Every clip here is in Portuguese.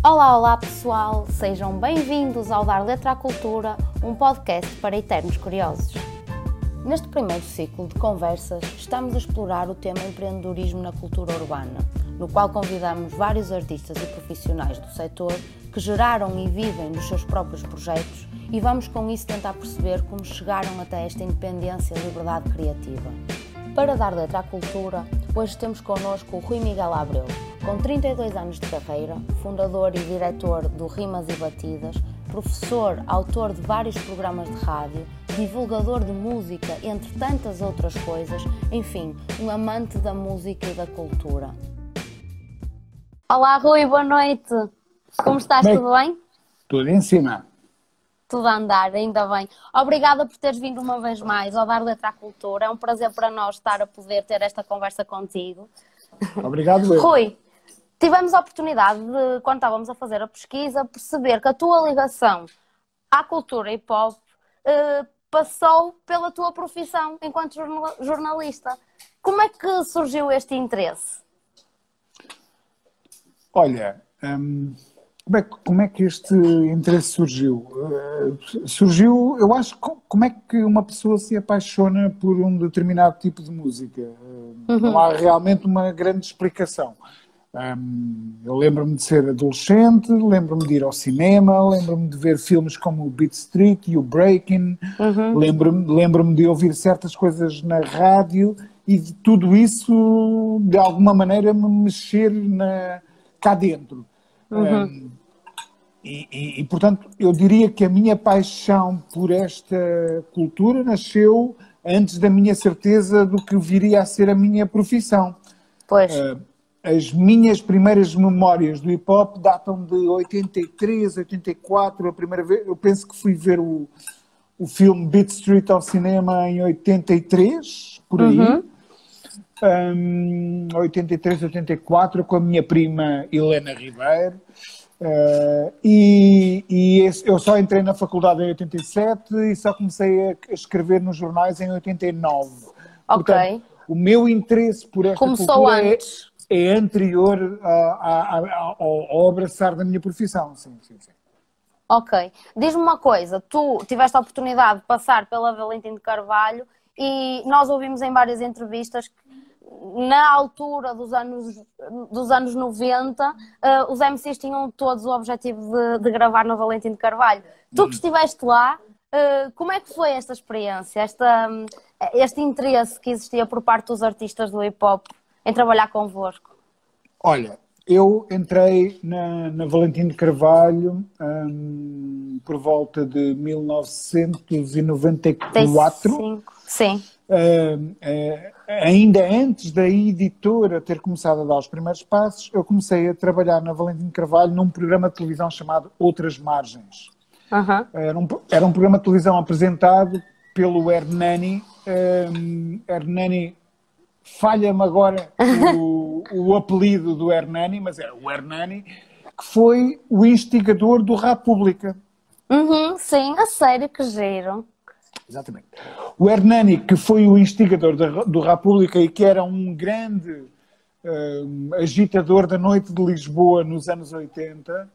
Olá, olá pessoal, sejam bem-vindos ao Dar Letra à Cultura, um podcast para eternos curiosos. Neste primeiro ciclo de conversas, estamos a explorar o tema empreendedorismo na cultura urbana, no qual convidamos vários artistas e profissionais do setor que geraram e vivem nos seus próprios projetos e vamos com isso tentar perceber como chegaram até esta independência e liberdade criativa. Para dar letra à cultura, hoje temos connosco o Rui Miguel Abreu, com 32 anos de carreira, fundador e diretor do Rimas e Batidas, professor, autor de vários programas de rádio, divulgador de música, entre tantas outras coisas, enfim, um amante da música e da cultura. Olá Rui, boa noite! Como estás? Bem, tudo bem? tudo em cima. Tudo a andar, ainda bem. Obrigada por teres vindo uma vez mais ao Dar Letra à Cultura. É um prazer para nós estar a poder ter esta conversa contigo. Obrigado, eu. Rui, tivemos a oportunidade de, quando estávamos a fazer a pesquisa, perceber que a tua ligação à cultura hip-hop passou pela tua profissão enquanto jornalista. Como é que surgiu este interesse? Olha, como é que este interesse surgiu? Surgiu, eu acho, como é que uma pessoa se apaixona por um determinado tipo de música? Não há realmente uma grande explicação. Eu lembro-me de ser adolescente, lembro-me de ir ao cinema, lembro-me de ver filmes como o Beat Street e o Breaking, lembro-me de ouvir certas coisas na rádio e de tudo isso, de alguma maneira, me mexer cá dentro. Portanto, eu diria que a minha paixão por esta cultura nasceu antes da minha certeza do que viria a ser a minha profissão. Pois. As minhas primeiras memórias do hip-hop datam de 83, 84, a primeira vez, eu penso que fui ver o filme Beat Street ao cinema em 83, por aí. 83, 84, com a minha prima Helena Ribeiro. Eu só entrei na faculdade em 87 e só comecei a escrever nos jornais em 89. Ok. Portanto, o meu interesse por esta cultura é anterior ao abraçar da minha profissão. Sim. Ok. Diz-me uma coisa, tu tiveste a oportunidade de passar pela Valentim de Carvalho e nós ouvimos em várias entrevistas que na altura dos anos 90, os MCs tinham todos o objetivo de gravar na Valentim de Carvalho. Tu que estiveste lá, como é que foi esta experiência, este interesse que existia por parte dos artistas do hip-hop em trabalhar convosco? Olha, eu entrei na Valentim de Carvalho por volta de 1994. Sim. Ainda antes da editora ter começado a dar os primeiros passos, eu comecei a trabalhar na Valentim de Carvalho num programa de televisão chamado Outras Margens. Era um programa de televisão apresentado pelo Hernani. Hernani, falha-me agora o apelido do Hernani, mas era o Hernani, que foi o instigador do República. Sim, a sério, que giro. Exatamente. O Hernani, que foi o instigador do República e que era um grande agitador da noite de Lisboa nos anos 80,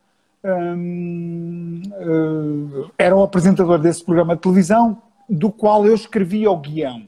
era o apresentador desse programa de televisão, do qual eu escrevia o guião.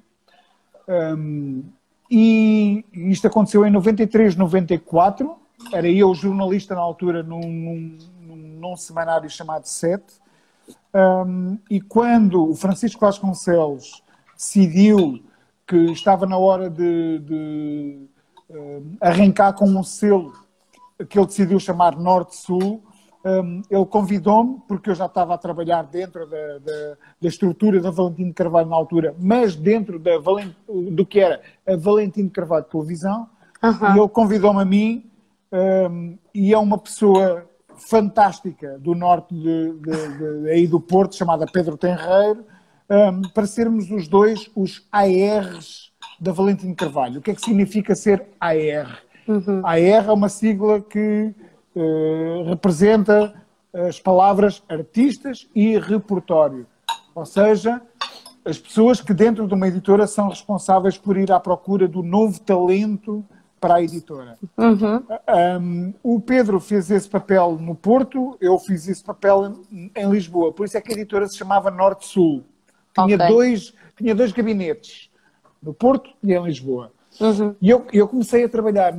E isto aconteceu em 93, 94, era eu jornalista na altura num semanário chamado Sete. E quando o Francisco Vasconcelos decidiu que estava na hora de arrancar com um selo que ele decidiu chamar Norte-Sul, ele convidou-me, porque eu já estava a trabalhar dentro da estrutura da Valentim de Carvalho na altura, mas dentro do que era a Valentim de Carvalho de televisão, e ele convidou-me a mim, e é uma pessoa fantástica do norte aí do Porto, chamada Pedro Tenreiro, para sermos os dois os ARs da Valentim de Carvalho. O que é que significa ser AR? AR é uma sigla que representa as palavras artistas e repertório. Ou seja, as pessoas que dentro de uma editora são responsáveis por ir à procura do novo talento para a editora. Uhum. O Pedro fez esse papel no Porto, eu fiz esse papel em Lisboa. Por isso é que a editora se chamava Norte-Sul. Tinha, tinha dois gabinetes, no Porto e em Lisboa. Uhum. E eu comecei a trabalhar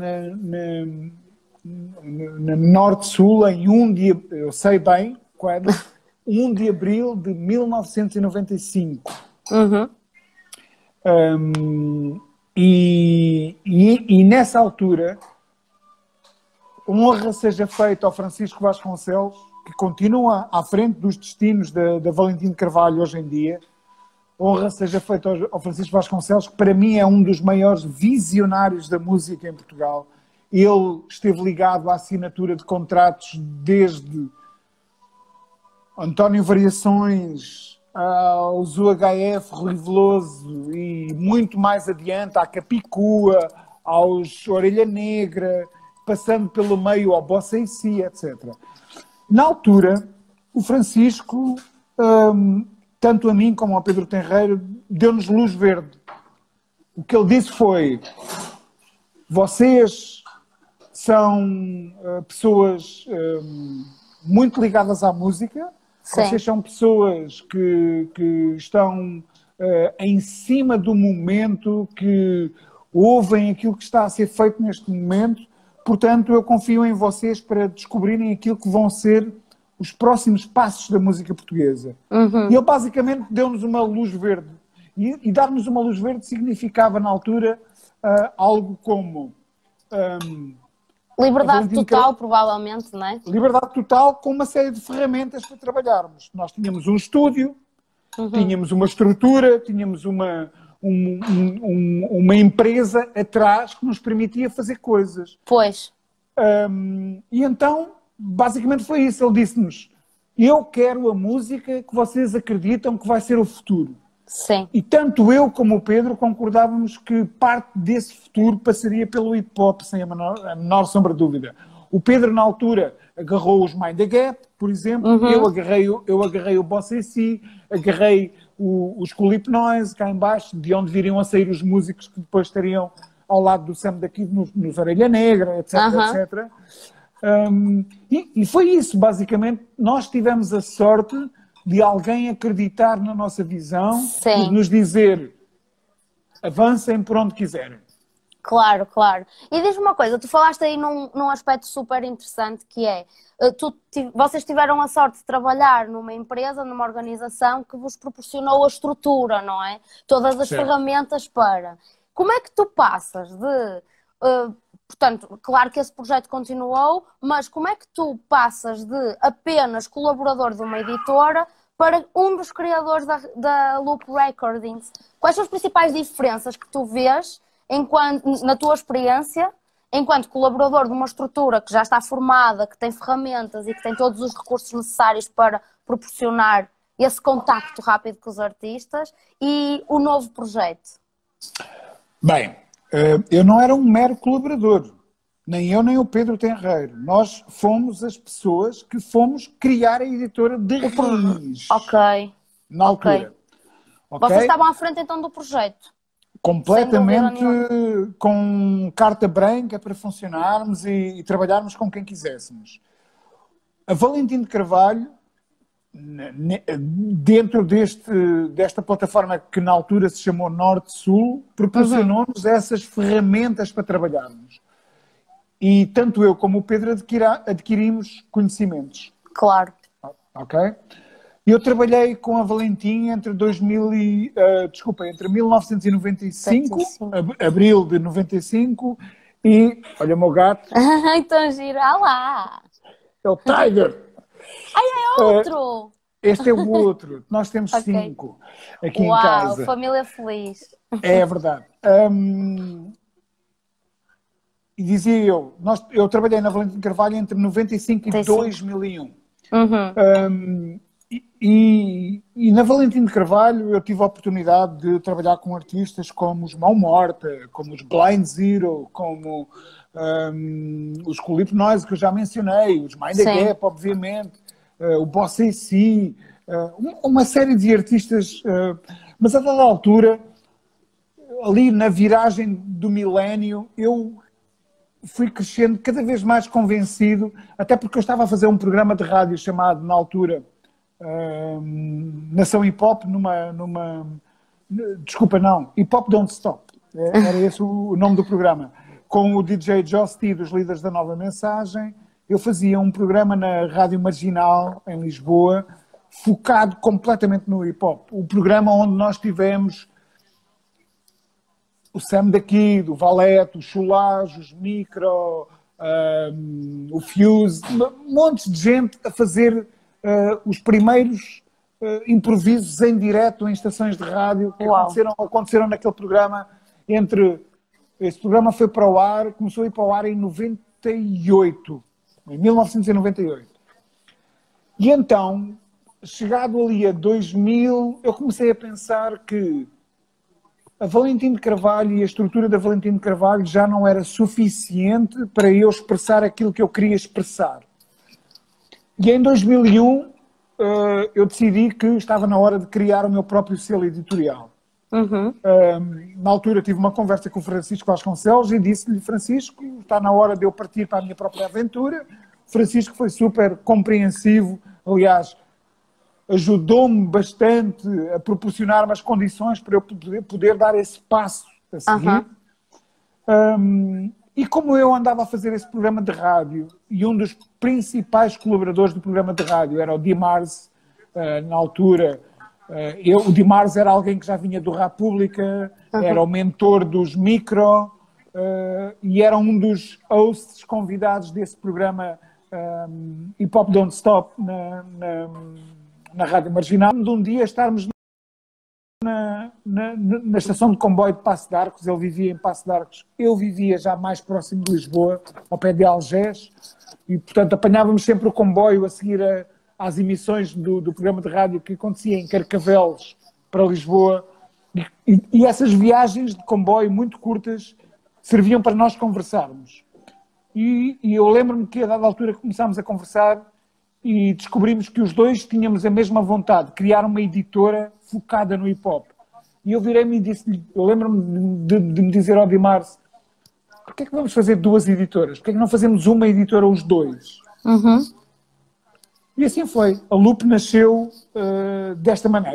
na Norte-Sul em 1 de, eu sei bem quando, 1 de abril de 1995. Uhum. E nessa altura, honra seja feita ao Francisco Vasconcelos, que continua à frente dos destinos da Valentim de Carvalho hoje em dia. Honra seja feita ao Francisco Vasconcelos, que para mim é um dos maiores visionários da música em Portugal. Ele esteve ligado à assinatura de contratos desde António Variações, aos UHF, Rui Veloso e muito mais adiante, à Capicua, aos Orelha Negra, passando pelo meio ao Bossa e Si, etc. Na altura, o Francisco, tanto a mim como ao Pedro Tenreiro, deu-nos luz verde. O que ele disse foi: vocês são pessoas muito ligadas à música. Sim. Vocês são pessoas que estão em cima do momento, que ouvem aquilo que está a ser feito neste momento. Portanto, eu confio em vocês para descobrirem aquilo que vão ser os próximos passos da música portuguesa. Uhum. E ele basicamente deu-nos uma luz verde. E dar-nos uma luz verde significava, na altura, algo como... liberdade total, provavelmente, não é? Liberdade total, com uma série de ferramentas para trabalharmos. Nós tínhamos um estúdio, tínhamos uma estrutura, tínhamos uma empresa atrás que nos permitia fazer coisas. Pois. E então, basicamente foi isso. Ele disse-nos: eu quero a música que vocês acreditam que vai ser o futuro. Sim. E tanto eu como o Pedro concordávamos que parte desse futuro passaria pelo hip-hop, sem a menor sombra de dúvida. O Pedro, na altura, agarrou os Mind the Gap, por exemplo. Eu agarrei o Bossa e Si, agarrei os Cool Hypnosis, cá em baixo, de onde viriam a sair os músicos que depois estariam ao lado do Sam da Kid nos Orelha Negra, etc, etc. E foi isso, basicamente. Nós tivemos a sorte de alguém acreditar na nossa visão. Sim. E de nos dizer: avancem por onde quiserem. Claro, claro. E diz-me uma coisa, tu falaste aí num aspecto super interessante, que é, vocês tiveram a sorte de trabalhar numa empresa, numa organização que vos proporcionou a estrutura, não é? Todas as ferramentas para... Como é que tu passas de... portanto, claro que esse projeto continuou, mas como é que tu passas de apenas colaborador de uma editora para um dos criadores da Loop Recordings? Quais são as principais diferenças que tu vês na tua experiência, enquanto colaborador de uma estrutura que já está formada, que tem ferramentas e que tem todos os recursos necessários para proporcionar esse contacto rápido com os artistas, e o novo projeto? Bem, eu não era um mero colaborador. Nem eu, nem o Pedro Tenreiro. Nós fomos as pessoas que fomos criar a editora de raiz. Ok. Na altura. Okay? Vocês estavam à frente, então, do projeto? Completamente com carta branca para funcionarmos e trabalharmos com quem quiséssemos. A Valentim de Carvalho, dentro desta plataforma que na altura se chamou Norte-Sul, proporcionou-nos essas ferramentas para trabalharmos. E tanto eu como o Pedro adquirimos conhecimentos. Claro. Ok? Eu trabalhei com a Valentim entre 1995, abril de 95, e, olha o meu gato. Então gira lá. É o Tiger. Ai, é outro. Este é o outro. Nós temos 5 aqui em casa. Uau, família feliz. É verdade. E dizia eu trabalhei na Valentim Carvalho entre 95 e 2001. E na Valentim de Carvalho eu tive a oportunidade de trabalhar com artistas como os Mão Morta, como os Blind Zero, como os Cool Hypnosis, que eu já mencionei, os Mind the Gap, obviamente, o Bossa e Si, uma série de artistas, mas a dada altura, ali na viragem do milénio, eu fui crescendo cada vez mais convencido, até porque eu estava a fazer um programa de rádio chamado, na altura, Nação Hip Hop, desculpa, não, Hip Hop Don't Stop, era esse o nome do programa, com o DJ Joss T dos Líderes da Nova Mensagem. Eu fazia um programa na Rádio Marginal, em Lisboa, focado completamente no hip hop. O programa onde nós tivemos o Sam da Kid, o Valete, o Chulage, os Micro, o Fuse, montes de gente a fazer os primeiros improvisos em direto em estações de rádio que aconteceram naquele programa. Esse programa foi para o ar, começou a ir para o ar em 98, em 1998. E então, chegado ali a 2000, eu comecei a pensar que a Valentim de Carvalho e a estrutura da Valentim de Carvalho já não era suficiente para eu expressar aquilo que eu queria expressar. E em 2001 eu decidi que estava na hora de criar o meu próprio selo editorial. Na altura tive uma conversa com o Francisco Vasconcelos e disse-lhe: Francisco, está na hora de eu partir para a minha própria aventura. O Francisco foi super compreensivo, aliás, ajudou-me bastante a proporcionar-me as condições para eu poder dar esse passo a seguir. E como eu andava a fazer esse programa de rádio, e um dos principais colaboradores do programa de rádio era o Dimars, na altura, o Dimars era alguém que já vinha do República, era o mentor dos Micro, e era um dos hosts convidados desse programa Hip Hop Don't Stop na Rádio Marginal. De um dia estarmos na estação de comboio de Passo de Arcos, ele vivia em Passo de Arcos, eu vivia já mais próximo de Lisboa, ao pé de Algés, e portanto apanhávamos sempre o comboio a seguir às emissões do programa de rádio que acontecia em Carcavelos para Lisboa, e essas viagens de comboio muito curtas serviam para nós conversarmos. E eu lembro-me que a dada altura começámos a conversar e descobrimos que os dois tínhamos a mesma vontade de criar uma editora focada no hip-hop. E eu virei-me e disse-lhe, eu lembro-me de me dizer ao Dimars: porquê é que vamos fazer duas editoras? Porquê é que não fazemos uma editora os dois? E assim foi. A Loop nasceu desta maneira.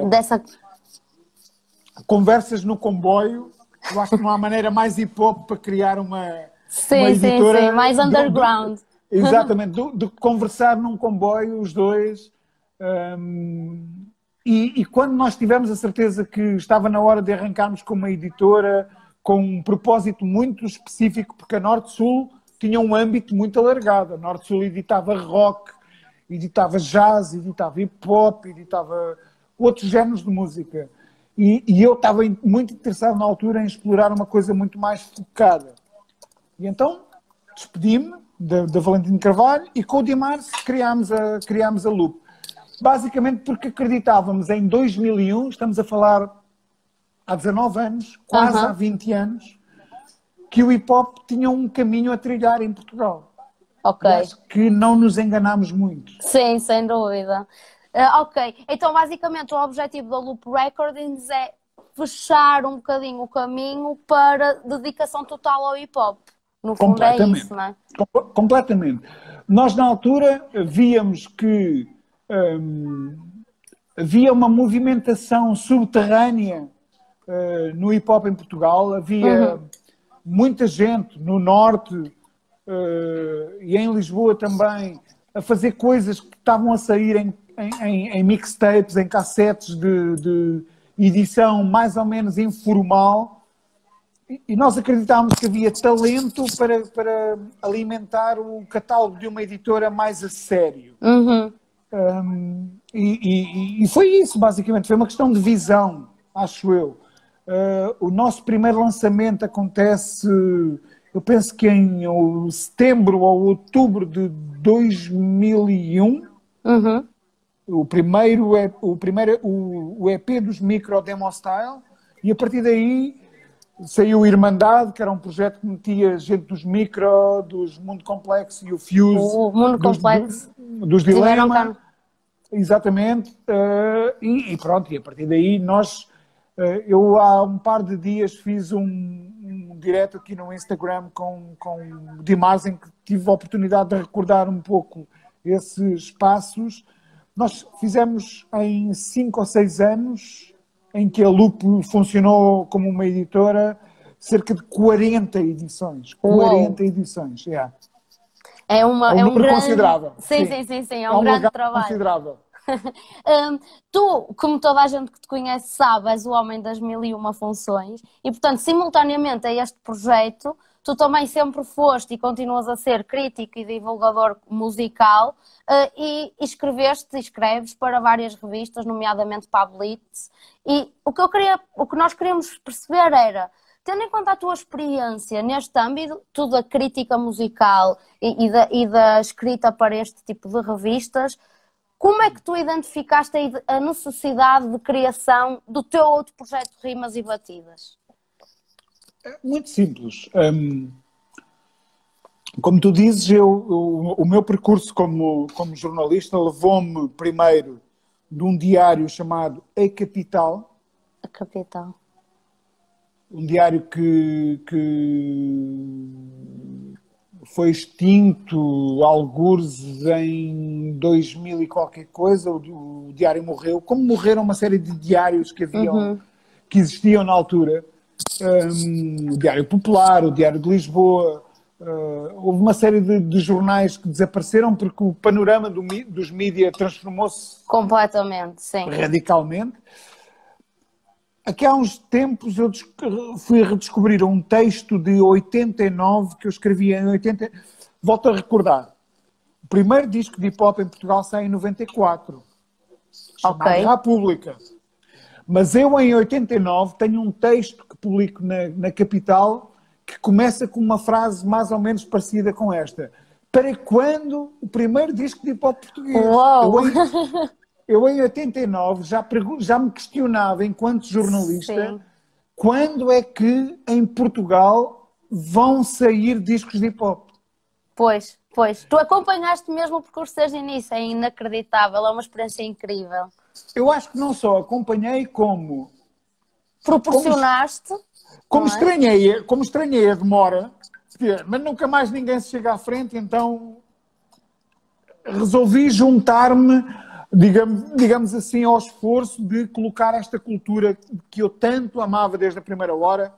Conversas no comboio. Eu acho que não há maneira mais hip-hop para criar uma editora. Sim, mais underground. Exatamente, de conversar num comboio, os dois. E quando nós tivemos a certeza que estava na hora de arrancarmos com uma editora com um propósito muito específico, porque a Norte-Sul tinha um âmbito muito alargado. A Norte-Sul editava rock, editava jazz, editava hip-hop, editava outros géneros de música. E eu estava muito interessado na altura em explorar uma coisa muito mais focada. E então despedi-me da Valentim de Carvalho e com o Dimars criámos a Loop. Basicamente porque acreditávamos em 2001, estamos a falar há 19 anos, quase há 20 anos, que o hip-hop tinha um caminho a trilhar em Portugal. Ok. Acho que não nos enganámos muito. Sim, sem dúvida. Ok, então basicamente o objetivo da Loop Recordings é fechar um bocadinho o caminho para dedicação total ao hip-hop. No fundo é isso, não é? Completamente. Nós na altura víamos que havia uma movimentação subterrânea no hip-hop em Portugal, havia muita gente no Norte e em Lisboa também a fazer coisas que estavam a sair em mixtapes, em cassetes de edição mais ou menos informal, e nós acreditávamos que havia talento para alimentar o catálogo de uma editora mais a sério. E foi isso, basicamente, foi uma questão de visão, acho eu. O nosso primeiro lançamento acontece, eu penso que em setembro ou outubro de 2001. O EP dos Micro Demo Style, e a partir daí saiu o Irmandade, que era um projeto que metia gente dos Micro, dos Mundo Complexo e o Fuse. O Mundo Complexo. Dos Dilema. Exatamente. E pronto, e a partir daí eu há um par de dias fiz um direto aqui no Instagram com o Dimas, em que tive a oportunidade de recordar um pouco esses passos. Nós fizemos em 5 ou 6 anos, em que a Loop funcionou como uma editora, cerca de 40 edições. 40 edições, yeah. É um número grande... considerável. Sim, é um grande trabalho. Considerável. Tu, como toda a gente que te conhece sabe, és o homem das 1001 funções e, portanto, simultaneamente a este projeto, tu também sempre foste e continuas a ser crítico e divulgador musical e escreves para várias revistas, nomeadamente para a Blitz. E o que nós queríamos perceber era, tendo em conta a tua experiência neste âmbito, tu da crítica musical e da escrita para este tipo de revistas, como é que tu identificaste a necessidade de criação do teu outro projeto de Rimas e Batidas? Muito simples. Como tu dizes, o meu percurso como jornalista levou-me primeiro de um diário chamado A Capital. A Capital. Um diário que foi extinto algures em 2000 e qualquer coisa. O diário morreu. Como morreram uma série de diários que existiam na altura. O Diário Popular, o Diário de Lisboa. Houve uma série de jornais que desapareceram porque o panorama dos mídias transformou-se completamente, sim. Radicalmente. Aqui há uns tempos eu fui a redescobrir um texto de 89 que eu escrevi em 80. Volto a recordar. O primeiro disco de hip-hop em Portugal sai em 94. Chamado República. Mas eu, em 89, tenho um texto que publico na Capital que começa com uma frase mais ou menos parecida com esta. Para quando o primeiro disco de hip-hop português? Uou. Eu, em 89, já me questionava, enquanto jornalista, Sim. quando é que, em Portugal, vão sair discos de hip-hop? Pois. Tu acompanhaste mesmo o percurso desde o início, é inacreditável, é uma experiência incrível. Eu acho que não só acompanhei, como... Proporcionaste... Como estranhei a demora, mas nunca mais ninguém se chega à frente, então resolvi juntar-me, digamos assim, ao esforço de colocar esta cultura que eu tanto amava desde a primeira hora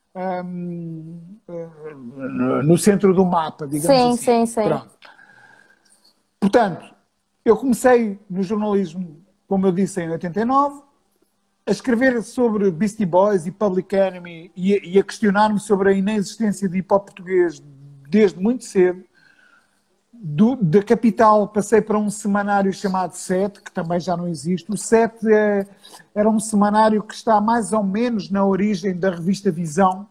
no centro do mapa, digamos assim. Sim. Pronto. Portanto, eu comecei no jornalismo, como eu disse, em 89, a escrever sobre Beastie Boys e Public Enemy e a questionar-me sobre a inexistência de hip-hop português desde muito cedo. Da Capital passei para um semanário chamado Sete, que também já não existe. O Sete era um semanário que está mais ou menos na origem da revista Visão.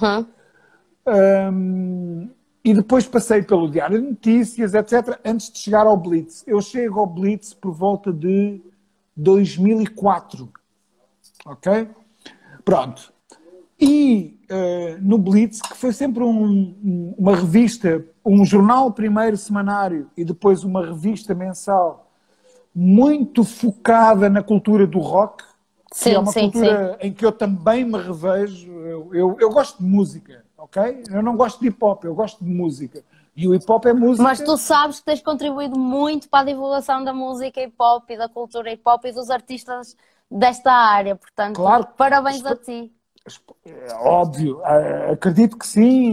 E depois passei pelo Diário de Notícias, etc., antes de chegar ao Blitz. Eu chego ao Blitz por volta de 2004. Ok? Pronto. E no Blitz, que foi sempre uma revista, um jornal primeiro semanário e depois uma revista mensal muito focada na cultura do rock, que é uma cultura em que eu também me revejo. Eu gosto de música, ok? Eu não gosto de hip-hop, eu gosto de música. E o hip-hop é música. Mas tu sabes que tens contribuído muito para a divulgação da música hip-hop e da cultura hip-hop e dos artistas desta área, portanto, claro, parabéns a ti. Óbvio, acredito que sim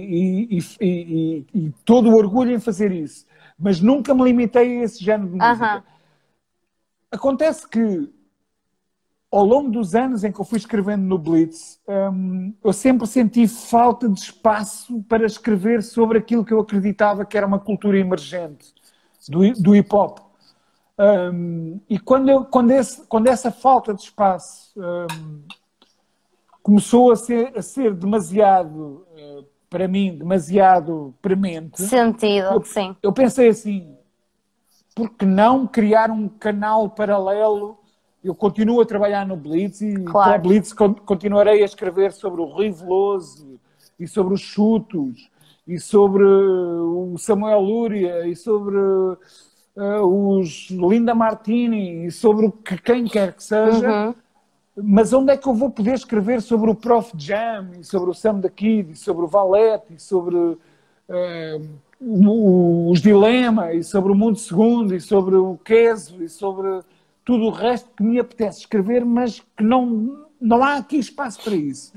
e todo o orgulho em fazer isso, mas nunca me limitei a esse género de música. Acontece que ao longo dos anos em que eu fui escrevendo no Blitz, eu sempre senti falta de espaço para escrever sobre aquilo que eu acreditava que era uma cultura emergente do hip-hop. E quando essa falta de espaço começou a ser demasiado, para mim, demasiado premente. Sim. Eu pensei assim, por que não criar um canal paralelo? Eu continuo a trabalhar no Blitz e claro. Com o Blitz continuarei a escrever sobre o Rui Veloso e sobre os Chutos e sobre o Samuel Lúria e sobre os Linda Martini e sobre quem quer que seja. mas onde é que eu vou poder escrever sobre o Prof Jam, e sobre o Sam da Kid, e sobre o Valete, e sobre os Dilema, e sobre o Mundo Segundo, e sobre o Queso, e sobre tudo o resto que me apetece escrever, mas que não há aqui espaço para isso.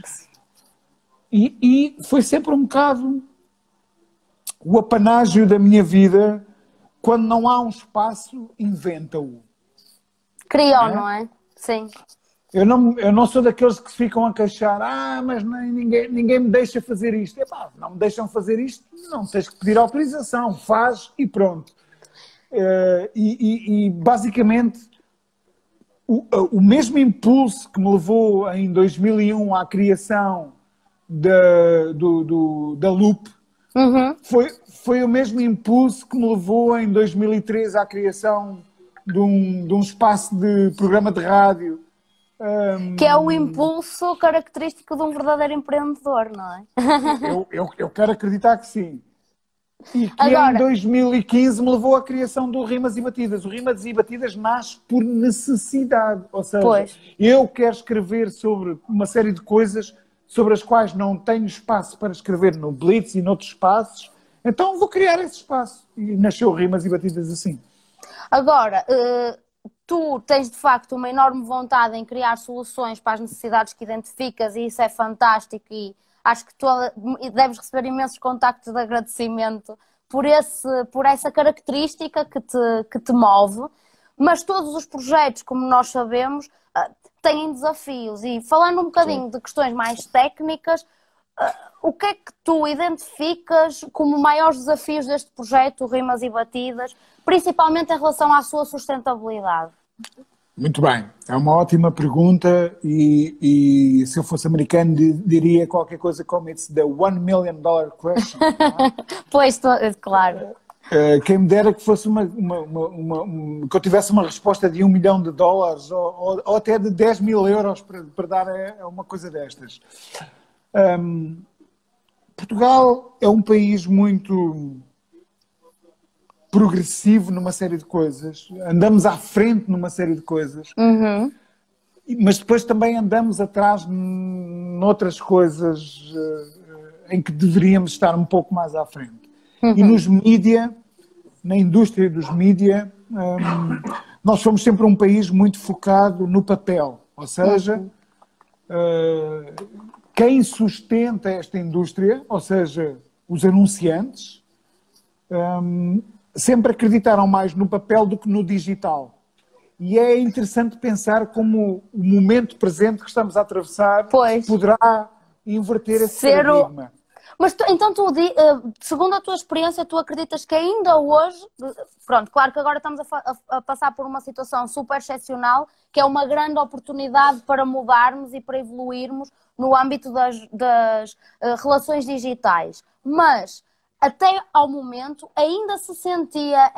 E foi sempre um bocado o apanágio da minha vida. Quando não há um espaço, inventa-o. Criou, não é? Sim. Eu não sou daqueles que se ficam a queixar, mas ninguém me deixa fazer isto. Epá, não me deixam fazer isto, não tens que pedir autorização, faz e pronto. E basicamente o mesmo impulso que me levou em 2001 à criação da Loop, foi o mesmo impulso que me levou em 2003 à criação de um espaço de programa de rádio. Que é o impulso característico de um verdadeiro empreendedor, não é? Eu quero acreditar que sim. E que em 2015 me levou à criação do Rimas e Batidas. O Rimas e Batidas nasce por necessidade. Ou seja, eu quero escrever sobre uma série de coisas sobre as quais não tenho espaço para escrever no Blitz e noutros espaços, então vou criar esse espaço. E nasceu Rimas e Batidas assim. Agora, tu tens de facto uma enorme vontade em criar soluções para as necessidades que identificas e isso é fantástico e acho que tu deves receber imensos contactos de agradecimento por essa característica que te move, mas todos os projetos, como nós sabemos, têm desafios e falando um bocadinho de questões mais técnicas, o que é que tu identificas como maiores desafios deste projeto, Rimas e Batidas, principalmente em relação à sua sustentabilidade? Muito bem, é uma ótima pergunta e se eu fosse americano diria qualquer coisa como it's the $1 million question. Pois, claro. Quem me dera que fosse que eu tivesse uma resposta de $1 milhão ou até de 10 mil euros para dar a uma coisa destas. Portugal é um país muito progressivo numa série de coisas, andamos à frente numa série de coisas, mas depois também andamos atrás noutras coisas em que deveríamos estar um pouco mais à frente. E nos mídia, na indústria dos mídia, nós somos sempre um país muito focado no papel, ou seja, quem sustenta esta indústria, ou seja, os anunciantes, sempre acreditaram mais no papel do que no digital. E é interessante pensar como o momento presente que estamos a atravessar poderá inverter esse paradigma. Mas então segundo a tua experiência, tu acreditas que ainda hoje, pronto, claro que agora estamos a passar por uma situação super excepcional, que é uma grande oportunidade para mudarmos e para evoluirmos no âmbito das relações digitais, mas até ao momento ainda se sentia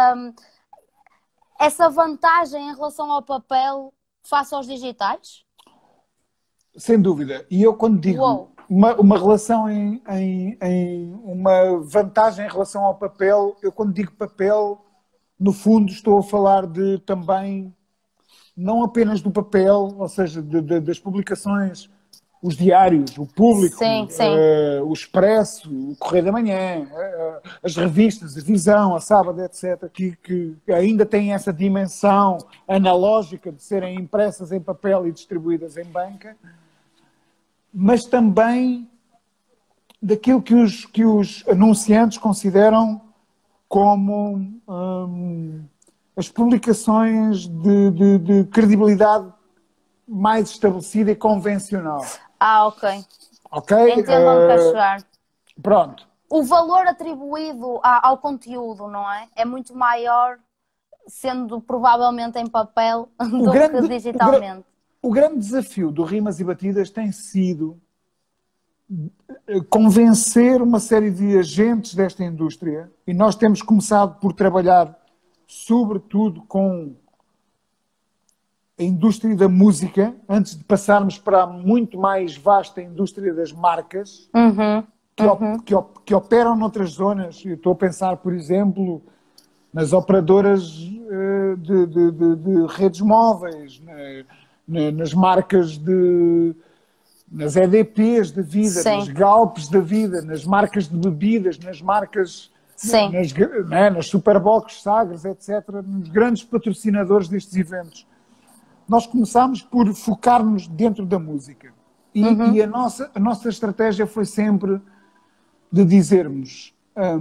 essa vantagem em relação ao papel face aos digitais? Sem dúvida. E eu quando digo uma relação uma vantagem em relação ao papel, eu quando digo papel, no fundo estou a falar de também, não apenas do papel, ou seja, das publicações, os diários, o Público, o Expresso, o Correio da Manhã, as revistas, a Visão, a Sábado, etc., que ainda têm essa dimensão analógica de serem impressas em papel e distribuídas em banca, mas também daquilo que os anunciantes consideram como as publicações de credibilidade mais estabelecida e convencional. Ok. Entendo onde queres chegar. Pronto. O valor atribuído ao conteúdo, não é? É muito maior, sendo provavelmente em papel, do que digitalmente. O grande desafio do Rimas e Batidas tem sido convencer uma série de agentes desta indústria, e nós temos começado por trabalhar sobretudo com a indústria da música, antes de passarmos para a muito mais vasta indústria das marcas, que operam noutras zonas. Eu estou a pensar, por exemplo, nas operadoras de redes móveis, nas marcas nas EDPs da vida, Sim. nas Galpes da vida, nas marcas de bebidas, nas marcas, Sim. nas Superbox, Sagres, etc., nos grandes patrocinadores destes eventos. Nós começámos por focar-nos dentro da música. E a nossa estratégia foi sempre de dizermos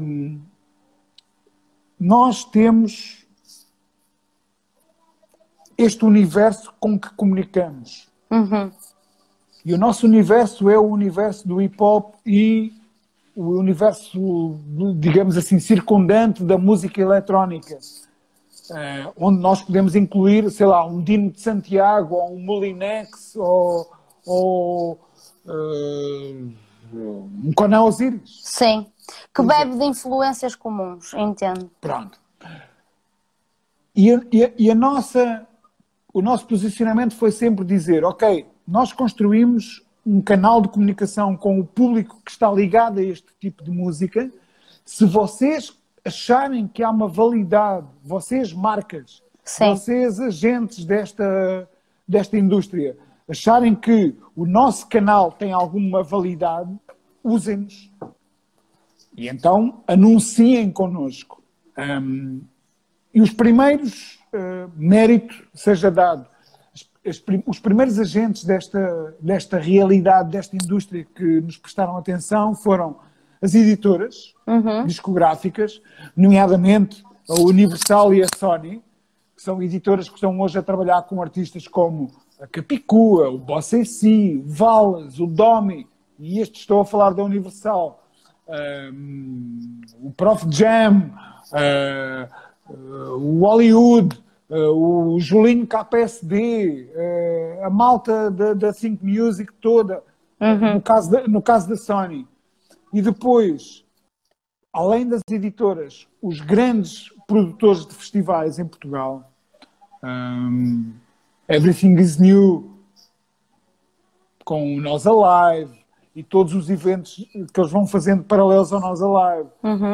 nós temos este universo com que comunicamos. E o nosso universo é o universo do hip-hop e o universo, digamos assim, circundante da música eletrónica. Onde nós podemos incluir, sei lá, um Dino de Santiago, ou um Molinex, ou um Conan Osiris. Sim. Que bebe de influências comuns, entendo. Pronto. E o nosso posicionamento foi sempre dizer, ok, nós construímos um canal de comunicação com o público que está ligado a este tipo de música. Se vocês acharem que há uma validade, vocês marcas, Sim. vocês agentes desta indústria, acharem que o nosso canal tem alguma validade, usem-nos. E então anunciem connosco. E os primeiros, mérito seja dado, os primeiros agentes desta realidade, desta indústria que nos prestaram atenção foram as editoras discográficas, nomeadamente a Universal e a Sony, que são editoras que estão hoje a trabalhar com artistas como a Capicua, o Bossa AC, o Valas, o Domi, e estou a falar da Universal, o Prof Jam, o Hollywood, o Julinho KPSD, a malta da Think Music toda, no caso da Sony. E depois, além das editoras, os grandes produtores de festivais em Portugal, Everything is New, com o Nós Alive, e todos os eventos que eles vão fazendo paralelos ao Nós Alive.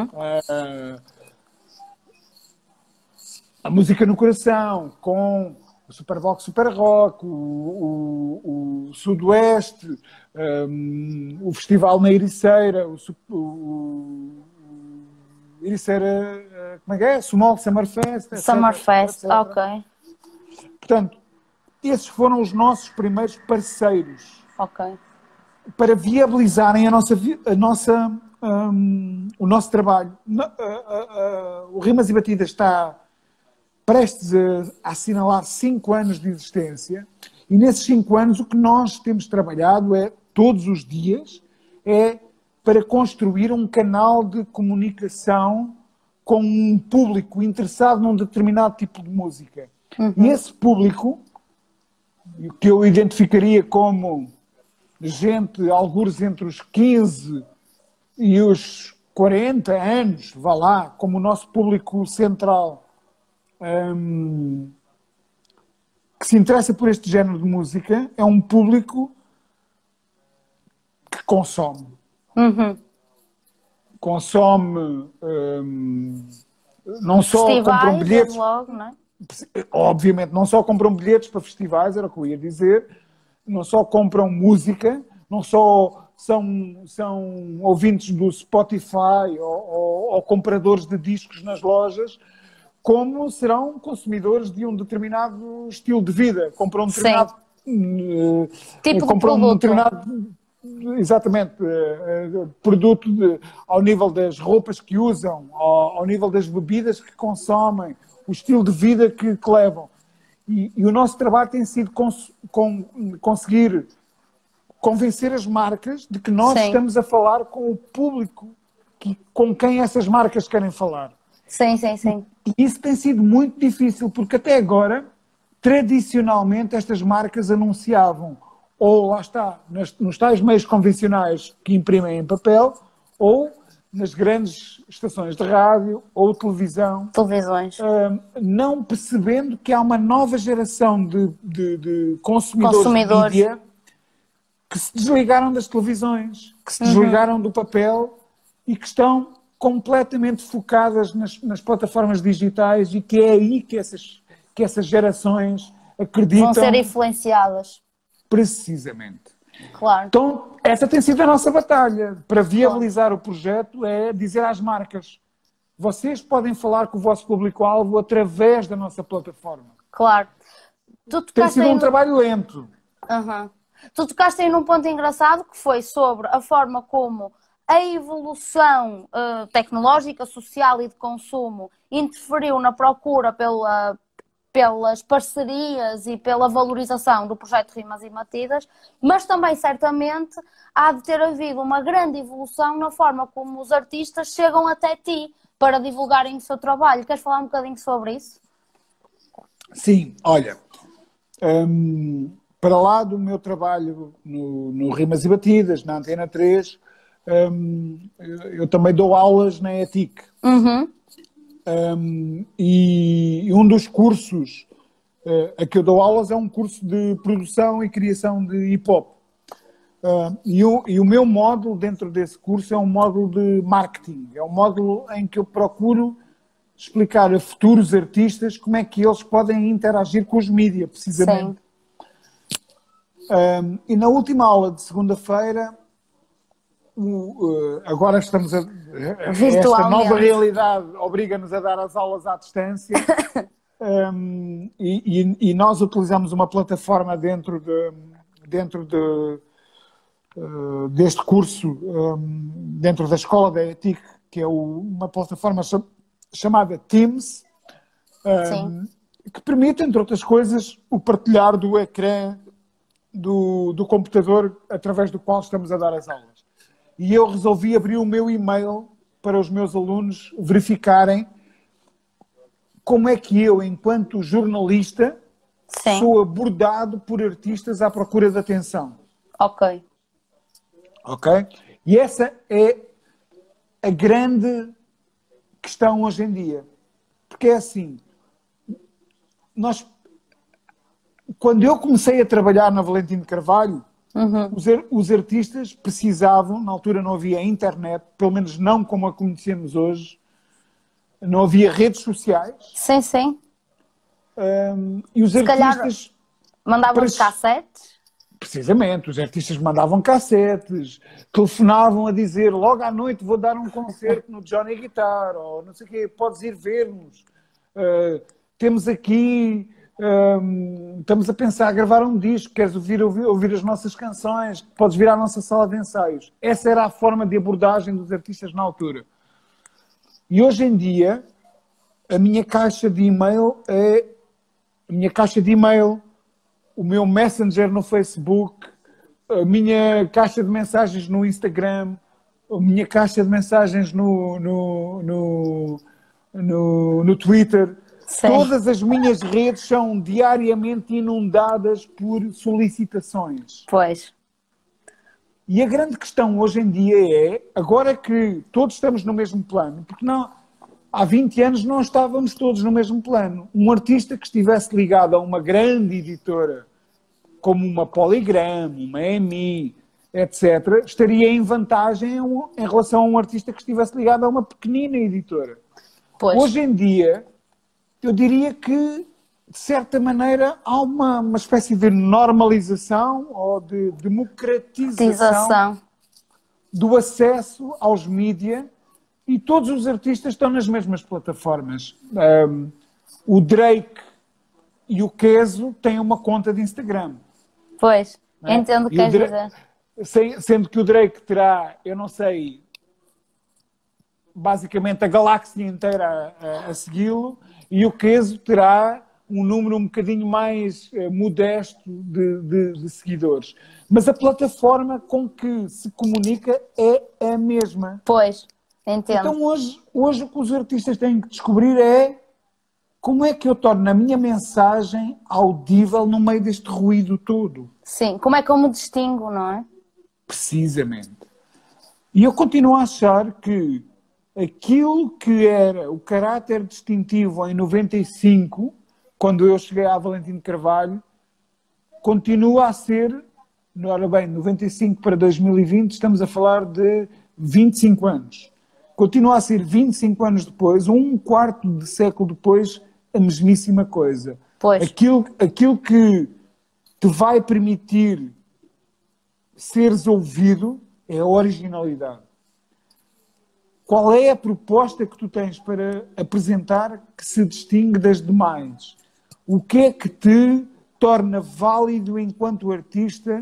A Música no Coração, com o Superbox Super Rock, o Sudoeste, o Festival na Ericeira, Ericeira, como é que é? Small Summerfest. Summerfest, etc. ok. Portanto, esses foram os nossos primeiros parceiros. Ok. Para viabilizarem o nosso trabalho. O Rimas e Batidas está prestes a assinalar 5 anos de existência, e nesses 5 anos o que nós temos trabalhado todos os dias para construir um canal de comunicação com um público interessado num determinado tipo de música. E esse público, que eu identificaria como gente, algures entre os 15 e os 40 anos, vá lá, como o nosso público central, que se interessa por este género de música, é um público que consome. Consome, não só Festivais, compram bilhetes, logo, não é? obviamente, não só compram bilhetes para festivais, era o que eu ia dizer, não só compram música, não só são ouvintes do Spotify ou compradores de discos nas lojas, como serão consumidores de um determinado estilo de vida. Compram um determinado tipo de compram um produto. determinado, exatamente, produto ao nível das roupas que usam, ao nível das bebidas que consomem, o estilo de vida que levam. E o nosso trabalho tem sido conseguir convencer as marcas de que nós estamos a falar com o público com quem essas marcas querem falar. Sim. E isso tem sido muito difícil, porque até agora, tradicionalmente, estas marcas anunciavam, ou lá está, nos tais meios convencionais que imprimem em papel, ou nas grandes estações de rádio ou televisão. Televisões. Não percebendo que há uma nova geração de consumidores de mídia que se desligaram das televisões, que se desligaram do papel e que estão completamente focadas nas plataformas digitais, e que é aí que essas gerações acreditam... Vão ser influenciadas. Precisamente. Claro. Então, essa tem sido a nossa batalha. Para viabilizar o projeto é dizer às marcas: vocês podem falar com o vosso público-alvo através da nossa plataforma. Claro. Tem sido um trabalho lento. Uhum. Tu tocaste aí num ponto engraçado que foi sobre a forma como a evolução tecnológica, social e de consumo interferiu na procura pelas parcerias e pela valorização do projeto Rimas e Batidas, mas também certamente há de ter havido uma grande evolução na forma como os artistas chegam até ti para divulgarem o seu trabalho. Queres falar um bocadinho sobre isso? Sim, olha, para lá do meu trabalho no Rimas e Batidas, na Antena 3, eu também dou aulas na ETIC. Uhum. E um dos cursos a que eu dou aulas é um curso de produção e criação de hip-hop. E o meu módulo dentro desse curso é um módulo de marketing. É um módulo em que eu procuro explicar a futuros artistas como é que eles podem interagir com os mídias, precisamente. E na última aula de segunda-feira, agora estamos esta nova realidade obriga-nos a dar as aulas à distância. E nós utilizamos uma plataforma dentro deste curso, dentro da escola da ETIC, que é uma plataforma chamada Teams, que permite, entre outras coisas, o partilhar do ecrã do computador através do qual estamos a dar as aulas. E eu resolvi abrir o meu e-mail para os meus alunos verificarem como é que eu, enquanto jornalista, sou abordado por artistas à procura de atenção. Ok. E essa é a grande questão hoje em dia. Porque é assim, quando eu comecei a trabalhar na Valentim de Carvalho, os artistas precisavam, na altura não havia internet, pelo menos não como a conhecemos hoje, não havia redes sociais. Sim. E os artistas... Mandavam-nos cassetes? Precisamente, os artistas mandavam cassetes, telefonavam a dizer: logo à noite vou dar um concerto no Johnny Guitar, ou não sei o quê, podes ir ver-nos. Temos aqui, estamos a pensar a gravar um disco, queres ouvir as nossas canções, podes vir à nossa sala de ensaios. Essa era a forma de abordagem dos artistas na altura. E hoje em dia, a minha caixa de e-mail o meu Messenger no Facebook, a minha caixa de mensagens no Instagram, a minha caixa de mensagens no Twitter. Sim. Todas as minhas redes são diariamente inundadas por solicitações. Pois. E a grande questão hoje em dia é, agora que todos estamos no mesmo plano, porque não, há 20 anos não estávamos todos no mesmo plano. Um artista que estivesse ligado a uma grande editora, como uma Polygram, uma EMI, etc., estaria em vantagem em relação a um artista que estivesse ligado a uma pequenina editora. Pois. Hoje em dia, eu diria que, de certa maneira, há uma espécie de normalização ou de democratização do acesso aos mídias, e todos os artistas estão nas mesmas plataformas. O Drake e o Keso têm uma conta de Instagram. Pois, entendo o que queres dizer. Sendo que o Drake terá, eu não sei, basicamente a galáxia inteira a segui-lo, e o Keso terá um número um bocadinho mais modesto de seguidores. Mas a plataforma com que se comunica é a mesma. Pois, entendo. Então hoje o que os artistas têm que descobrir é como é que eu torno a minha mensagem audível no meio deste ruído todo. Sim, como é que eu me distingo, não é? Precisamente. E eu continuo a achar que aquilo que era o caráter distintivo em 95, quando eu cheguei à Valentim de Carvalho, continua a ser, ora bem, 95 para 2020, estamos a falar de 25 anos. Continua a ser 25 anos depois, um quarto de século depois, a mesmíssima coisa. Pois, Aquilo que te vai permitir seres ouvido é a originalidade. Qual é a proposta que tu tens para apresentar que se distingue das demais? O que é que te torna válido enquanto artista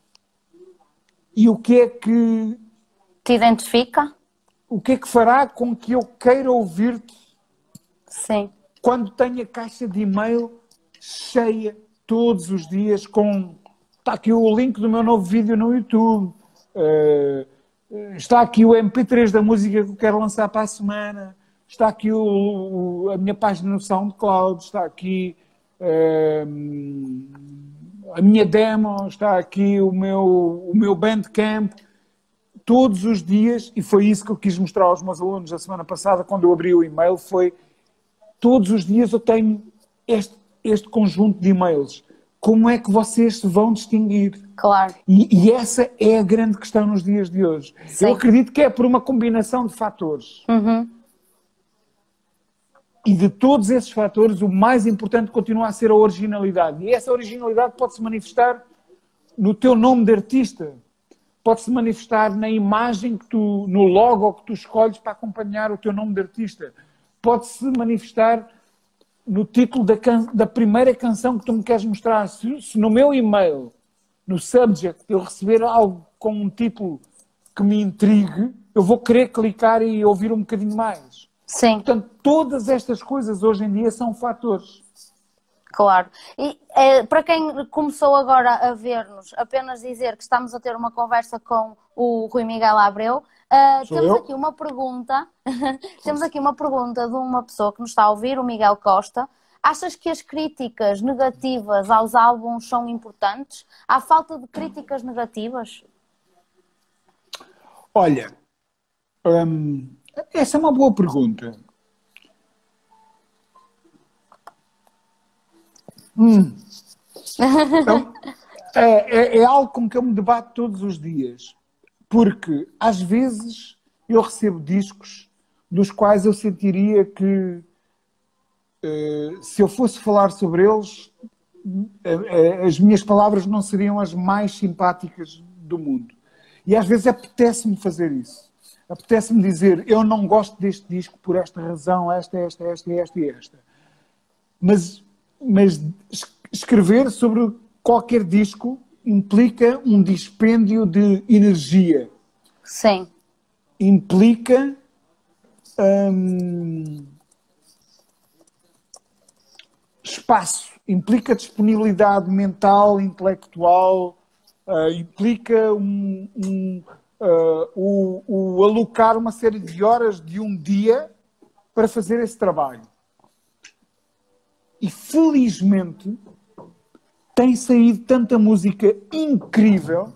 e te identifica? o que é que fará com que eu queira ouvir-te Sim, quando tenho a caixa de e-mail cheia todos os dias com... Está aqui o link do meu novo vídeo no YouTube. Está aqui o MP3 da música que eu quero lançar para a semana. Está aqui a minha página no SoundCloud. Está aqui a minha demo. Está aqui o meu Bandcamp. Todos os dias, e foi isso que eu quis mostrar aos meus alunos a semana passada, quando eu abri o e-mail, foi todos os dias eu tenho este conjunto de e-mails. Como é que vocês se vão distinguir? claro. E essa é a grande questão nos dias de hoje. Sim. Eu acredito que é por uma combinação de fatores. E de todos esses fatores, o mais importante continua a ser a originalidade. E essa originalidade pode-se manifestar no teu nome de artista. Pode-se manifestar na imagem no logo que tu escolhes para acompanhar o teu nome de artista. Pode-se manifestar no título da primeira canção que tu me queres mostrar. Se no meu e-mail, no subject, eu receber algo com um título que me intrigue, eu vou querer clicar e ouvir um bocadinho mais. Sim. Portanto, todas estas coisas hoje em dia são fatores. Claro. E para quem começou agora a ver-nos, apenas dizer que estamos a ter uma conversa com o Rui Miguel Abreu. Temos aqui uma pergunta. Temos aqui uma pergunta de uma pessoa que nos está a ouvir, o Miguel Costa. Achas que as críticas negativas aos álbuns são importantes? Há falta de críticas negativas? Olha, essa é uma boa pergunta. Então, é algo com que eu me debato todos os dias. Porque, às vezes, eu recebo discos dos quais eu sentiria que, se eu fosse falar sobre eles, as minhas palavras não seriam as mais simpáticas do mundo. E, às vezes, apetece-me fazer isso. Apetece-me dizer, eu não gosto deste disco por esta razão, esta e esta. Mas escrever sobre qualquer disco implica um dispêndio de energia. Sim. Implica espaço, implica disponibilidade mental, intelectual, implica o alocar uma série de horas de um dia para fazer esse trabalho. E felizmente tem saído tanta música incrível,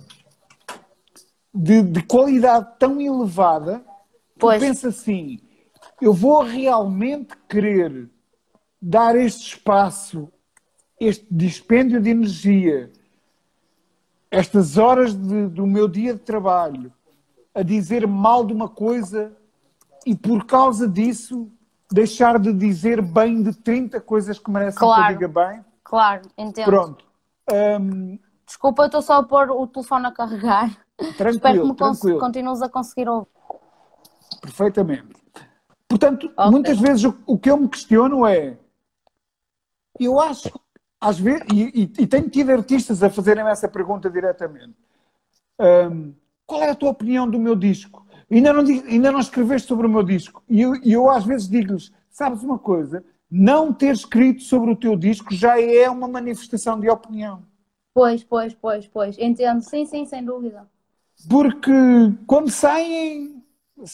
de qualidade tão elevada, que Pois. pensa assim, eu vou realmente querer dar este espaço, este dispêndio de energia, estas horas do meu dia de trabalho, a dizer mal de uma coisa e por causa disso deixar de dizer bem de 30 coisas que merecem que eu diga bem? Claro, entendo. Pronto. Desculpa, eu estou só a pôr o telefone a carregar. Espero que me continues a conseguir ouvir. Perfeitamente. Portanto, muitas vezes o que eu me questiono é, eu acho, às vezes, e tenho tido artistas a fazerem essa pergunta diretamente, qual é a tua opinião do meu disco? Ainda não escreveste sobre o meu disco. E eu às vezes digo-lhes, sabes uma coisa, não ter escrito sobre o teu disco já é uma manifestação de opinião. Pois. Entendo, sim, sem dúvida. Porque quando saem...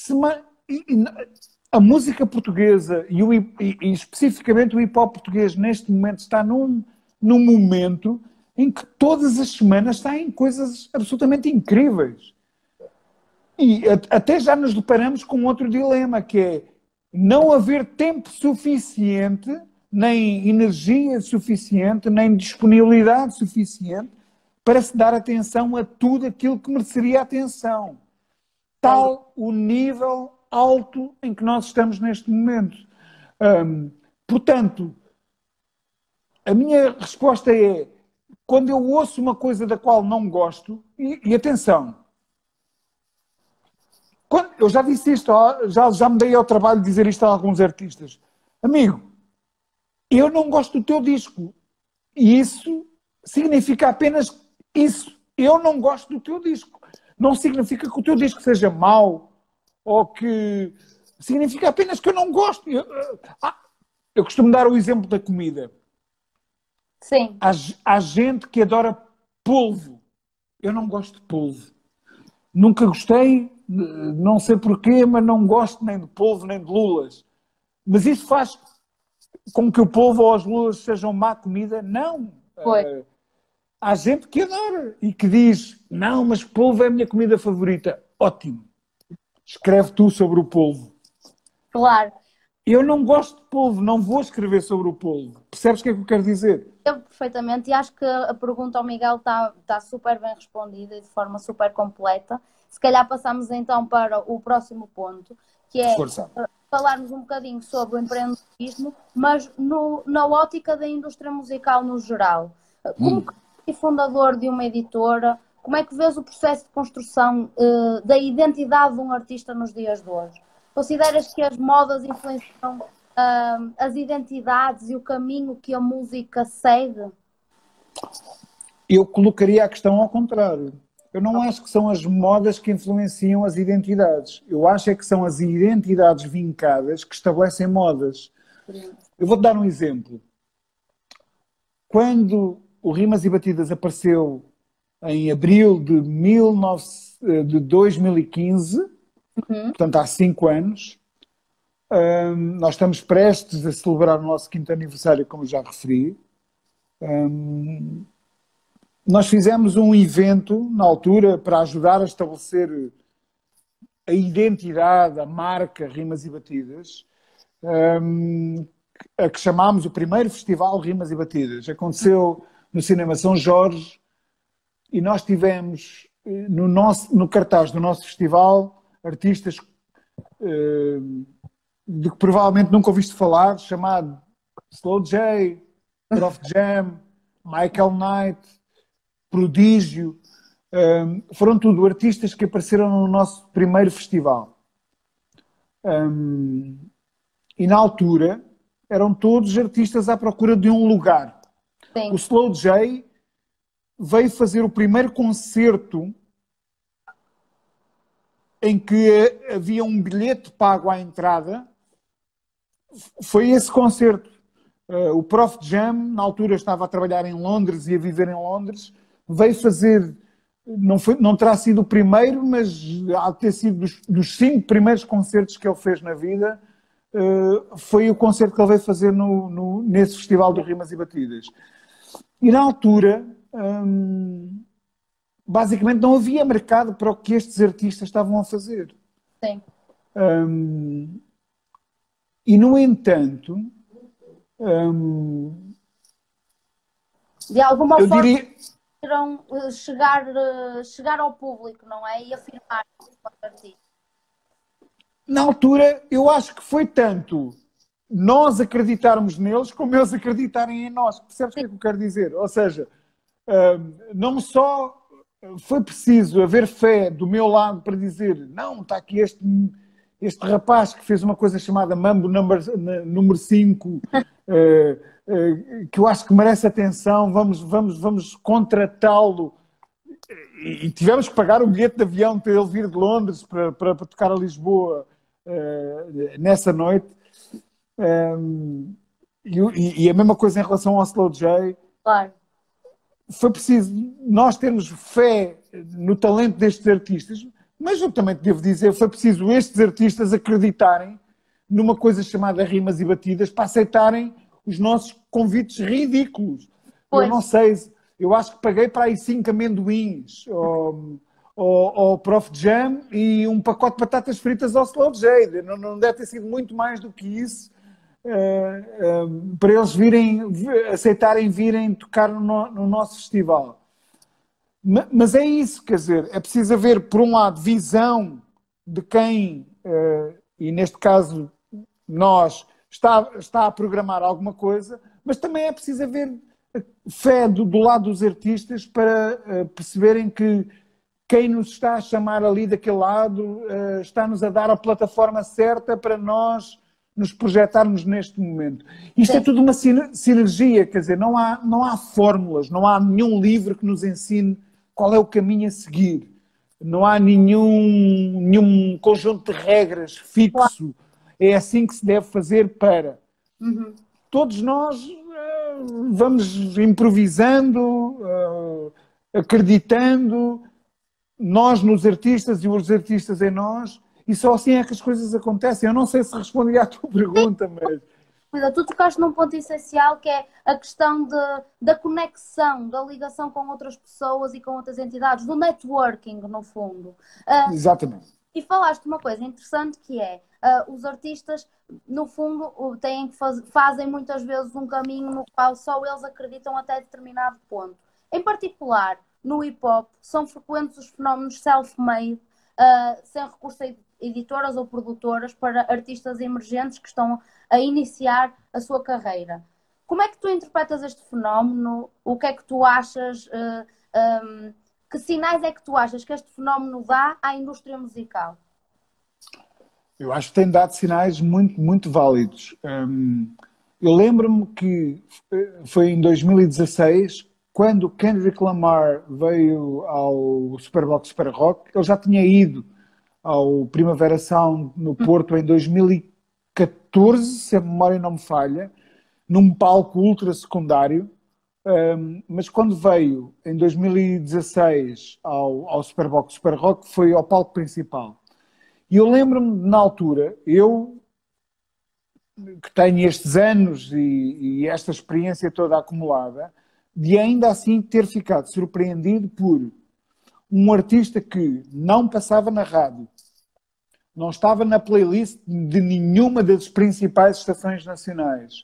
A música portuguesa e especificamente o hip-hop português neste momento está num momento em que todas as semanas saem coisas absolutamente incríveis. E até já nos deparamos com outro dilema, que é não haver tempo suficiente, nem energia suficiente, nem disponibilidade suficiente para se dar atenção a tudo aquilo que mereceria atenção. Tal o nível alto em que nós estamos neste momento. Portanto, A minha resposta é, quando eu ouço uma coisa da qual não gosto, e atenção, eu já disse isto, já me dei ao trabalho de dizer isto a alguns artistas. Amigo, eu não gosto do teu disco. E isso significa apenas isso. Eu não gosto do teu disco. Não significa que o teu disco seja mau ou que... Significa apenas que eu não gosto. Eu costumo dar o exemplo da comida. Sim. Há gente que adora polvo. Eu não gosto de polvo. Nunca gostei, não sei porquê, mas não gosto nem de polvo nem de lulas. Mas isso faz com que o polvo ou as lulas sejam má comida? Não. Há gente que adora e que diz, não, mas polvo é a minha comida favorita. Ótimo. Escreve tu sobre o polvo. Claro. Eu não gosto de polvo, não vou escrever sobre o polvo. Percebes o que é que eu quero dizer? Eu perfeitamente, e acho que a pergunta ao Miguel está super bem respondida e de forma super completa. Se calhar passamos então para o próximo ponto, que é Força. falarmos um bocadinho sobre o empreendedorismo, mas na ótica da indústria musical no geral. Como fundador de uma editora, como é que vês o processo de construção da identidade de um artista nos dias de hoje? Consideras que as modas influenciam as identidades e o caminho que a música segue? Eu colocaria a questão ao contrário. Eu não acho que são as modas que influenciam as identidades. Eu acho é que são as identidades vincadas que estabelecem modas. Eu vou-te dar um exemplo. Quando o Rimas e Batidas apareceu em abril de 2015, portanto há 5 anos, nós estamos prestes a celebrar o nosso 5º aniversário, como já referi. Nós fizemos um evento na altura para ajudar a estabelecer a identidade, a marca Rimas e Batidas, a que chamámos o primeiro Festival Rimas e Batidas. Aconteceu no Cinema São Jorge e nós tivemos no cartaz do nosso festival artistas de que provavelmente nunca ouviste falar, chamado Slow J, Prof Jam, Michael Knight, Prodígio, foram tudo artistas que apareceram no nosso primeiro festival. E na altura eram todos artistas à procura de um lugar. Sim. O Slow J veio fazer o primeiro concerto em que havia um bilhete pago à entrada. Foi esse concerto. O Prof Jam, na altura estava a trabalhar em Londres e a viver em Londres, veio fazer, não terá sido o primeiro, mas há de ter sido dos 5 primeiros concertos que ele fez na vida, foi o concerto que ele veio fazer nesse festival do Rimas e Batidas. E na altura, basicamente não havia mercado para o que estes artistas estavam a fazer. Sim. E no entanto, de alguma forma diria... irão chegar ao público, não é? E afirmar enquanto artista. Na altura, eu acho que foi tanto nós acreditarmos neles como eles acreditarem em nós. Percebes o que é que eu quero dizer? Ou seja, não só foi preciso haver fé do meu lado para dizer não, está aqui este rapaz que fez uma coisa chamada Mambo número 5, que eu acho que merece atenção, vamos contratá-lo. E tivemos que pagar o bilhete de avião para ele vir de Londres para tocar a Lisboa nessa noite. E a mesma coisa em relação ao Slow J. Claro. Foi preciso nós termos fé no talento destes artistas, mas eu também te devo dizer, foi preciso estes artistas acreditarem numa coisa chamada Rimas e Batidas para aceitarem os nossos convites ridículos. Pois. Eu não sei, eu acho que paguei para aí 5 amendoins ao Prof Jam e um pacote de batatas fritas ao Slow J. Não deve ter sido muito mais do que isso para eles aceitarem virem tocar no nosso festival. Mas é isso, quer dizer, é preciso haver, por um lado, visão de quem, e neste caso nós, está a programar alguma coisa, mas também é preciso haver fé do lado dos artistas para perceberem que quem nos está a chamar ali daquele lado está-nos a dar a plataforma certa para nós nos projetarmos neste momento. Isto é tudo uma sinergia, quer dizer, não há fórmulas, não há nenhum livro que nos ensine qual é o caminho a seguir. Não há nenhum conjunto de regras fixo. É assim que se deve fazer para... Todos nós vamos improvisando, acreditando, nós nos artistas e os artistas em nós, e só assim é que as coisas acontecem. Eu não sei se respondi à tua pergunta, mas... Tu tocaste num ponto essencial que é a questão da conexão, da ligação com outras pessoas e com outras entidades, do networking, no fundo. Exatamente. E falaste uma coisa interessante que é, os artistas, no fundo, fazem muitas vezes um caminho no qual só eles acreditam até determinado ponto. Em particular, no hip-hop, são frequentes os fenómenos self-made, sem recurso a editoras ou produtoras, para artistas emergentes que estão a iniciar a sua carreira. Como é que tu interpretas este fenómeno? O que é que tu achas? Que sinais é que tu achas que este fenómeno dá à indústria musical? Eu acho que tem dado sinais muito, muito válidos. Eu lembro-me que foi em 2016, quando Kendrick Lamar veio ao Superbox Super Rock, ele já tinha ido ao Primavera Sound no Porto em 2014, se a memória não me falha, num palco ultra secundário, mas quando veio em 2016 ao Superbox Super Rock foi ao palco principal. E eu lembro-me na altura, eu que tenho estes anos e esta experiência toda acumulada, de ainda assim ter ficado surpreendido por um artista que não passava na rádio, não estava na playlist de nenhuma das principais estações nacionais,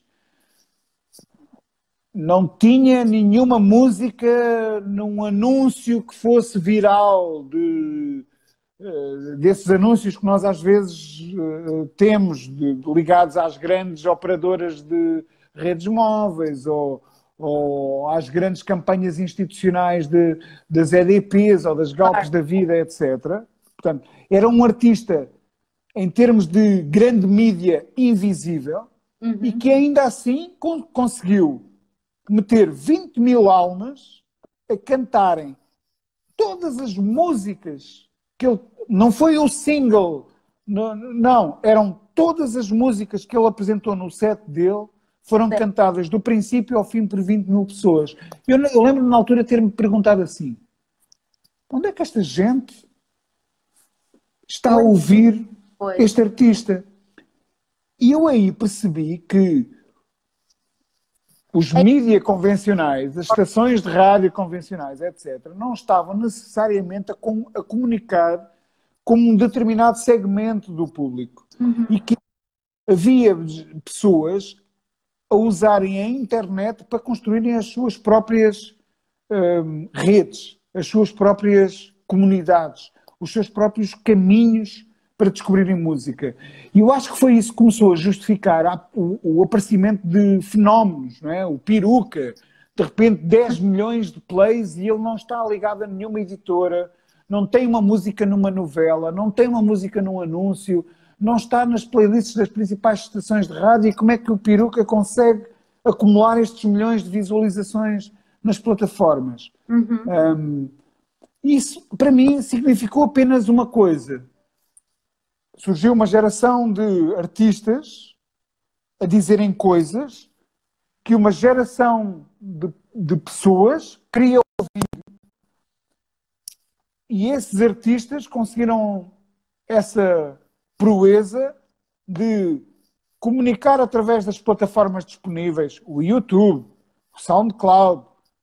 não tinha nenhuma música num anúncio que fosse viral, desses anúncios que nós às vezes temos ligados às grandes operadoras de redes móveis ou às grandes campanhas institucionais das EDPs ou das Galpes da vida, etc. Portanto, era um artista, em termos de grande mídia, invisível, e que ainda assim conseguiu meter 20 mil almas a cantarem todas as músicas que ele... Não foi o single, não, eram todas as músicas que ele apresentou no set dele, foram cantadas do princípio ao fim por 20 mil pessoas. Eu lembro-me na altura ter-me perguntado assim, onde é que esta gente está a ouvir este artista? E eu aí percebi que os mídias convencionais, as estações de rádio convencionais, etc., não estavam necessariamente a comunicar com um determinado segmento do público. E que havia pessoas a usarem a internet para construírem as suas próprias redes, as suas próprias comunidades, os seus próprios caminhos para descobrirem música. E eu acho que foi isso que começou a justificar o aparecimento de fenómenos, não é? O Peruca, de repente 10 milhões de plays e ele não está ligado a nenhuma editora, não tem uma música numa novela, não tem uma música num anúncio, não está nas playlists das principais estações de rádio. E como é que o Peruca consegue acumular estes milhões de visualizações nas plataformas? Isso, para mim, significou apenas uma coisa. Surgiu uma geração de artistas a dizerem coisas que uma geração de pessoas queria ouvir. E esses artistas conseguiram essa proeza de comunicar através das plataformas disponíveis, o YouTube, o SoundCloud,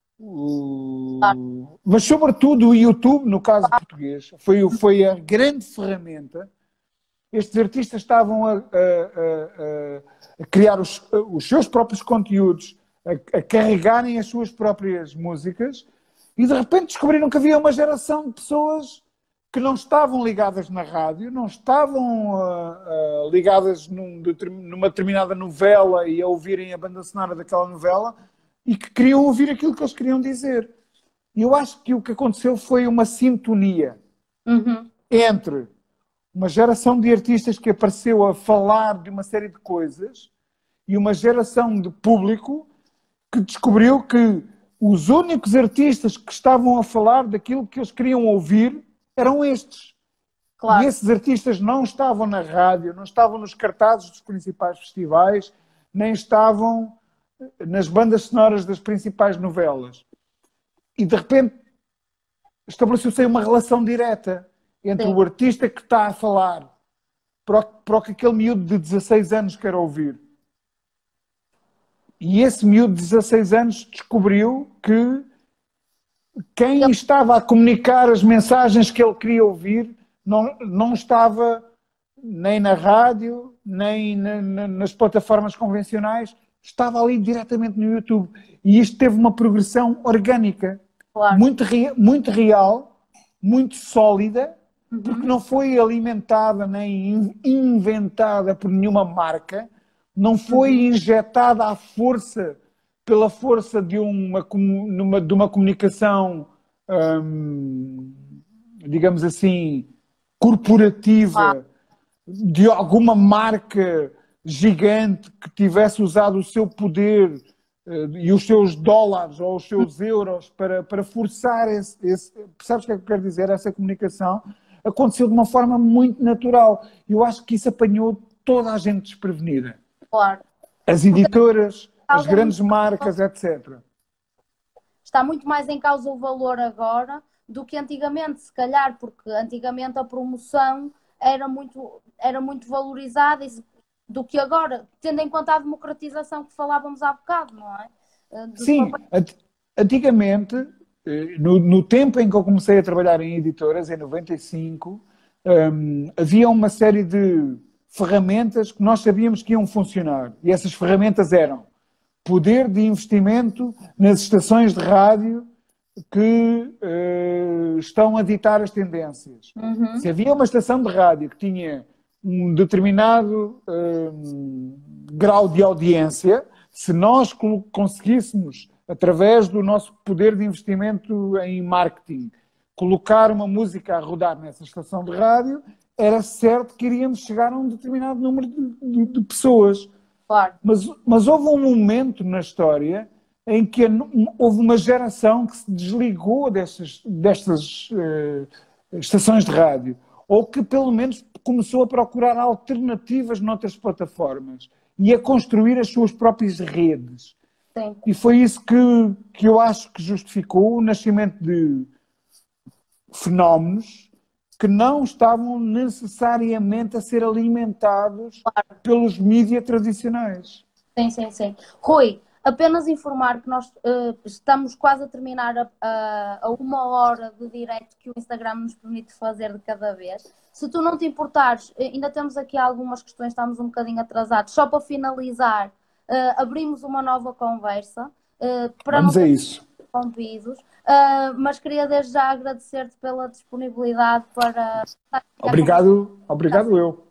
mas sobretudo o YouTube, no caso português, foi a grande ferramenta. Estes artistas estavam a criar os seus próprios conteúdos, a carregarem as suas próprias músicas, e de repente descobriram que havia uma geração de pessoas que não estavam ligadas na rádio, não estavam ligadas numa determinada novela e a ouvirem a banda sonora daquela novela e que queriam ouvir aquilo que eles queriam dizer. E eu acho que o que aconteceu foi uma sintonia entre uma geração de artistas que apareceu a falar de uma série de coisas e uma geração de público que descobriu que os únicos artistas que estavam a falar daquilo que eles queriam ouvir eram estes. Claro. E esses artistas não estavam na rádio, não estavam nos cartazes dos principais festivais, nem estavam nas bandas sonoras das principais novelas. E de repente estabeleceu-se aí uma relação direta entre o artista que está a falar para o que aquele miúdo de 16 anos quer ouvir. E esse miúdo de 16 anos descobriu que quem estava a comunicar as mensagens que ele queria ouvir não estava nem na rádio, nem nas plataformas convencionais, estava ali diretamente no YouTube. E isto teve uma progressão orgânica, claro, muito real, muito sólida, porque não foi alimentada nem inventada por nenhuma marca, não foi injetada à força, pela força de uma comunicação, digamos assim, corporativa, de alguma marca gigante que tivesse usado o seu poder e os seus dólares ou os seus euros para forçar percebes o que é que eu quero dizer? Essa comunicação aconteceu de uma forma muito natural. Eu acho que isso apanhou toda a gente desprevenida. Claro. As editoras, as grandes marcas, etc. Está muito mais em causa o valor agora do que antigamente, se calhar, porque antigamente a promoção era muito valorizada do que agora, tendo em conta a democratização que falávamos há bocado, não é? Sim, antigamente, no tempo em que eu comecei a trabalhar em editoras, em 95, havia uma série de ferramentas que nós sabíamos que iam funcionar. E essas ferramentas eram poder de investimento nas estações de rádio que estão a ditar as tendências. Se havia uma estação de rádio que tinha um determinado grau de audiência, se nós conseguíssemos, através do nosso poder de investimento em marketing, colocar uma música a rodar nessa estação de rádio, era certo que iríamos chegar a um determinado número de pessoas. Claro. Mas houve um momento na história em que houve uma geração que se desligou destas estações de rádio, ou que pelo menos começou a procurar alternativas noutras plataformas e a construir as suas próprias redes. Sim. E foi isso que eu acho que justificou o nascimento de fenómenos que não estavam necessariamente a ser alimentados pelos mídias tradicionais. Sim. Rui, apenas informar que nós estamos quase a terminar a 1 hora de direto que o Instagram nos permite fazer de cada vez. Se tu não te importares, ainda temos aqui algumas questões, estamos um bocadinho atrasados. Só para finalizar, abrimos uma nova conversa para Vamos não a ser isso. interrompidos. Mas queria desde já agradecer-te pela disponibilidade para... Obrigado eu.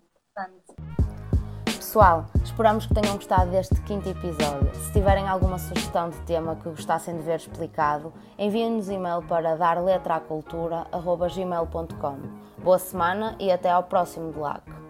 Pessoal, esperamos que tenham gostado deste 5º episódio. Se tiverem alguma sugestão de tema que gostassem de ver explicado, enviem-nos e-mail para darletraacultura@gmail.com. Boa semana e até ao próximo Delac.